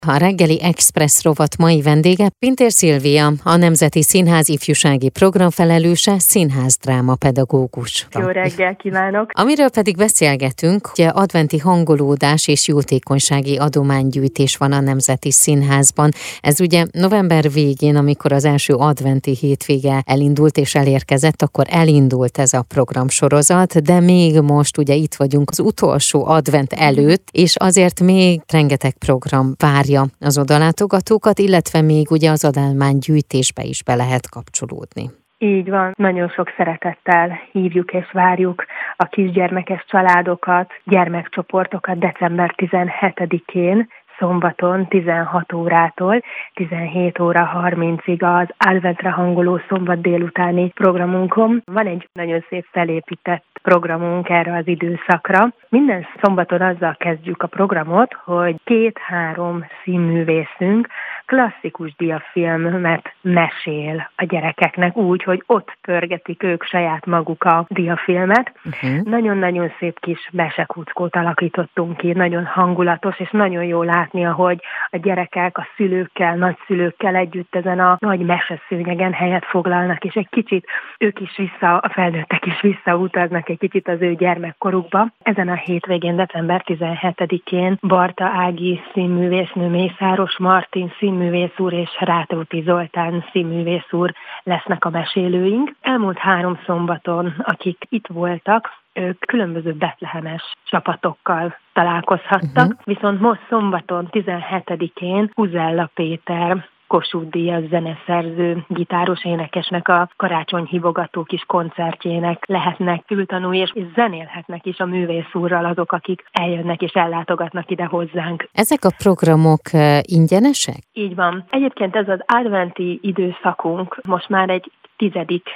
A reggeli Express rovat mai vendége Pintér Szilvia, a Nemzeti Színház ifjúsági programfelelőse, színházdráma pedagógus. Jó reggel kívánok! Amiről pedig beszélgetünk, ugye adventi hangolódás és jótékonysági adománygyűjtés van a Nemzeti Színházban. Ez ugye november végén, amikor az első adventi hétvége elindult és elérkezett, akkor elindult ez a programsorozat, de még most ugye itt vagyunk az utolsó advent előtt, és azért még rengeteg program várja az odalátogatókat, illetve még ugye az adománygyűjtésbe is be lehet kapcsolódni. Így van, nagyon sok szeretettel hívjuk és várjuk a kisgyermekes családokat, gyermekcsoportokat december 17-én, szombaton 16 órától 17 óra 30-ig az adventre hangoló szombat délutáni programunkon. Van egy nagyon szép felépített programunk erre az időszakra. Minden szombaton azzal kezdjük a programot, hogy 2-3 színművészünk klasszikus diafilmet mesél a gyerekeknek úgy, hogy ott pörgetik ők saját maguk a diafilmet. Nagyon-nagyon szép kis mesekuckót alakítottunk ki, nagyon hangulatos, és nagyon jó látni, ahogy a gyerekek a szülőkkel, nagyszülőkkel együtt ezen a nagy meseszőnyegen helyet foglalnak, és egy kicsit ők is a felnőttek is visszautaznak egy kicsit az ő gyermekkorukba. Ezen a hétvégén, december 17-én Barta Ági színművésznő, Mészáros Martin színművész úr és Rátóti Zoltán színművész úr lesznek a mesélőink. Elmúlt 3 szombaton, akik itt voltak, ők különböző betlehemes csapatokkal találkozhattak, viszont most szombaton 17-én Huzella Péter Kossuth-díjas zeneszerző, gitáros énekesnek a Karácsony hívogató kis koncertjének lehetnek fültanúi, és zenélhetnek is a művész úrral azok, akik eljönnek és ellátogatnak ide hozzánk. Ezek a programok ingyenesek? Így van. Egyébként ez az adventi időszakunk most már egy 10.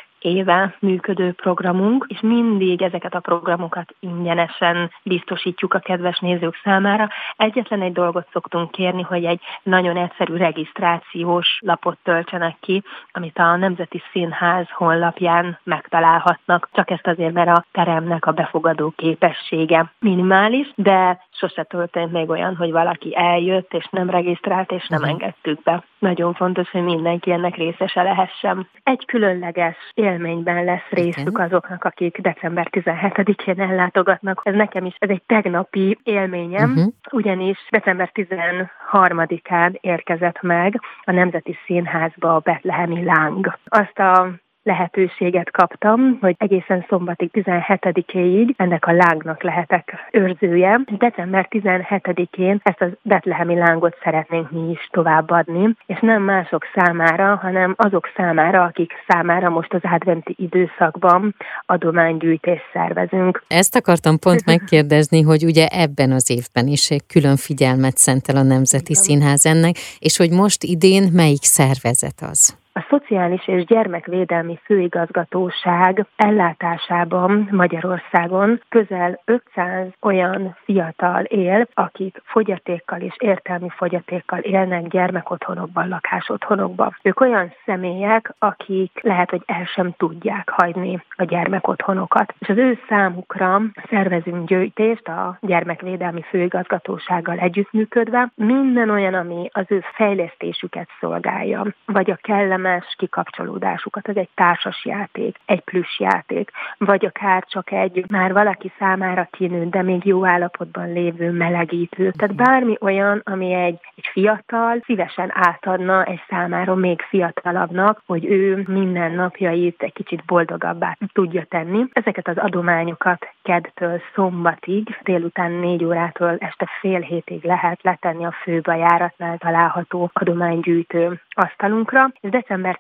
éve működő programunk, és mindig ezeket a programokat ingyenesen biztosítjuk a kedves nézők számára. Egyetlen egy dolgot szoktunk kérni, hogy egy nagyon egyszerű regisztrációs lapot töltsenek ki, amit a Nemzeti Színház honlapján megtalálhatnak. Csak ezt azért, mert a teremnek a befogadó képessége minimális, de sose történt még olyan, hogy valaki eljött, és nem regisztrált, és nem engedtük be. Nagyon fontos, hogy mindenki ennek részese lehessen. Egy különleges élményben lesz részük azoknak, akik december 17-én ellátogatnak. Ez nekem is, ez egy tegnapi élményem, ugyanis december 13-án érkezett meg a Nemzeti Színházba a betlehemi láng. Azt a lehetőséget kaptam, hogy egészen szombatig 17-éig ennek a lángnak lehetek őrzője. December 17-én ezt a betlehemi lángot szeretnénk mi is továbbadni, és nem mások számára, hanem azok számára, akik számára most az adventi időszakban adománygyűjtést szervezünk. Ezt akartam pont megkérdezni, hogy ugye ebben az évben is egy külön figyelmet szentel a Nemzeti Színház ennek, és hogy most idén melyik szervezet az? A Szociális és Gyermekvédelmi Főigazgatóság ellátásában Magyarországon közel 500 olyan fiatal él, akik fogyatékkal és értelmi fogyatékkal élnek gyermekotthonokban, lakásotthonokban. Ők olyan személyek, akik lehet, hogy el sem tudják hagyni a gyermekotthonokat. És az ő számukra szervezünk gyűjtést a Gyermekvédelmi Főigazgatósággal együttműködve. Minden olyan, ami az ő fejlesztésüket szolgálja, vagy a kellemes kikapcsolódásukat, ez egy társas játék, egy plüss játék, vagy akár csak egy már valaki számára kinőtt, de még jó állapotban lévő melegítő. Tehát bármi olyan, ami egy fiatal szívesen átadna egy számára még fiatalabbnak, hogy ő minden napjait egy kicsit boldogabbá tudja tenni. Ezeket az adományokat keddtől szombatig, délután 4 órától este fél hétig lehet letenni a főbejáratnál található adománygyűjtő asztalunkra, és december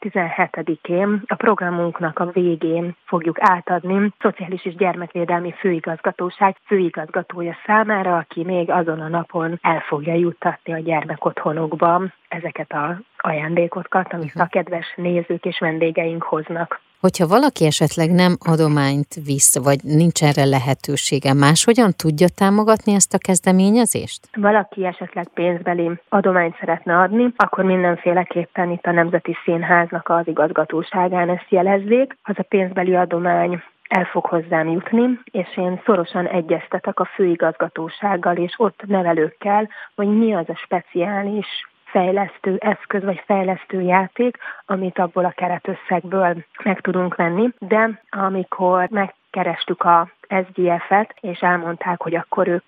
17-én a programunknak a végén fogjuk átadni Szociális és Gyermekvédelmi Főigazgatóság főigazgatója számára, aki még azon a napon el fogja juttatni a gyermekotthonokba ezeket az ajándékokat, amit a kedves nézők és vendégeink hoznak. Hogyha valaki esetleg nem adományt visz, vagy nincs erre lehetősége, máshogyan tudja támogatni ezt a kezdeményezést? Valaki esetleg pénzbeli adományt szeretne adni, akkor mindenféleképpen itt a Nemzeti Színháznak az igazgatóságán ezt jelezzék. Az a pénzbeli adomány el fog hozzám jutni, és én szorosan egyeztetek a főigazgatósággal és ott nevelőkkel, hogy mi az a speciális fejlesztő eszköz vagy fejlesztő játék, amit abból a keretösszegből meg tudunk venni, de amikor megkerestük a SDF-et, és elmondták, hogy akkor ők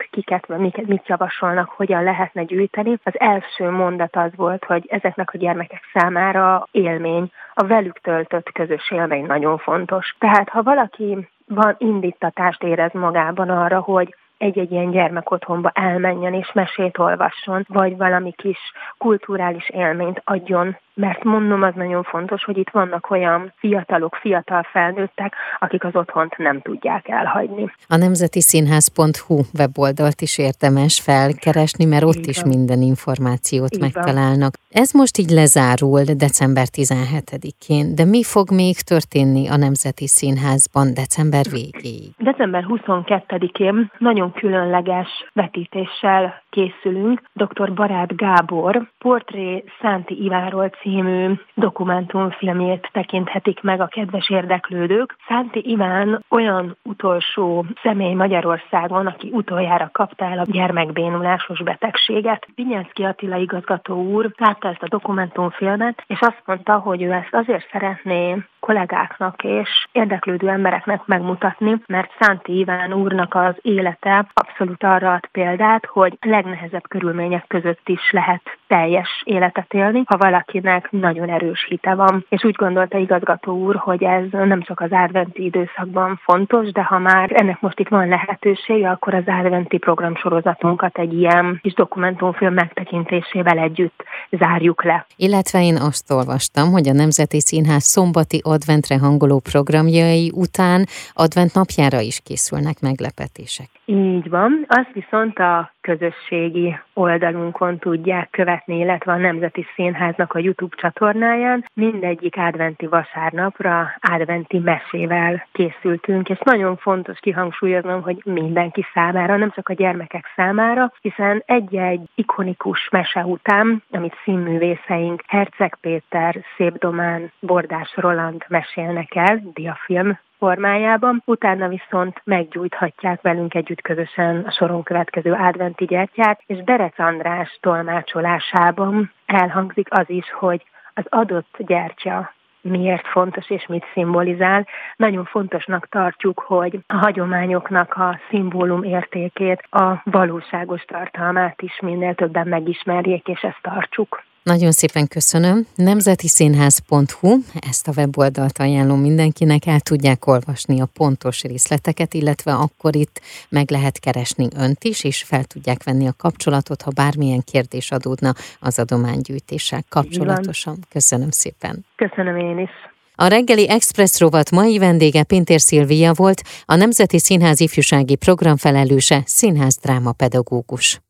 mit javasolnak, hogyan lehetne gyűjteni. Az első mondat az volt, hogy ezeknek a gyermekek számára élmény, a velük töltött közös élmény nagyon fontos. Tehát ha valaki indítatást érez magában arra, hogy egy-egy ilyen gyermekotthonba elmenjen és mesét olvasson, vagy valami kis kulturális élményt adjon, mert mondom, az nagyon fontos, hogy itt vannak olyan fiatal felnőttek, akik az otthont nem tudják elhagyni. A nemzetiszínház.hu weboldalt is érdemes felkeresni, mert ott is minden információt megtalálnak. Ez most így lezárul december 17-én, de mi fog még történni a Nemzeti Színházban december végéig? December 22-én nagyon különleges vetítéssel készülünk. Dr. Barát Gábor Portré Szánti Ivánról című dokumentumfilmjét tekinthetik meg a kedves érdeklődők. Szánti Iván olyan utolsó személy Magyarországon, aki utoljára kapta el a gyermekbénulásos betegséget. Vinyánszky Attila igazgató úr látta ezt a dokumentumfilmet, és azt mondta, hogy ő ezt azért szeretné kollégáknak és érdeklődő embereknek megmutatni, mert Szánti Iván úrnak az élete abszolút arra ad példát, hogy legnehezebb körülmények között is lehet teljes életet élni, ha valakinek nagyon erős hite van. És úgy gondolta igazgató úr, hogy ez nem csak az adventi időszakban fontos, de ha már ennek most itt van lehetősége, akkor az adventi programsorozatunkat egy ilyen kis dokumentumfilm megtekintésével együtt zárjuk le. Illetve én azt olvastam, hogy a Nemzeti Színház szombati adventre hangoló programjai után advent napjára is készülnek meglepetések. Így van, azt viszont a közösségi oldalunkon tudják követni, illetve a Nemzeti Színháznak a YouTube csatornáján. Mindegyik adventi vasárnapra adventi mesével készültünk, és nagyon fontos kihangsúlyoznom, hogy mindenki számára, nem csak a gyermekek számára, hiszen egy-egy ikonikus mese után, amit színművészeink Herceg Péter, Szép Domán, Bordás Roland mesélnek el, diafilm formájában, utána viszont meggyújthatják velünk együtt közösen a soron következő adventi gyertyát, és Berec András tolmácsolásában elhangzik az is, hogy az adott gyertya miért fontos és mit szimbolizál. Nagyon fontosnak tartjuk, hogy a hagyományoknak a szimbólum értékét, a valóságos tartalmát is minél többen megismerjék, és ezt tartsuk. Nagyon szépen köszönöm. Nemzetiszínház.hu, ezt a weboldalt ajánlom mindenkinek, el tudják olvasni a pontos részleteket, illetve akkor itt meg lehet keresni önt is, és fel tudják venni a kapcsolatot, ha bármilyen kérdés adódna az adománygyűjtéssel kapcsolatosan. Köszönöm szépen. Köszönöm én is. A reggeli Express rovat mai vendége Pintér Szilvia volt, a Nemzeti Színház ifjúsági programfelelőse, színház drámapedagógus.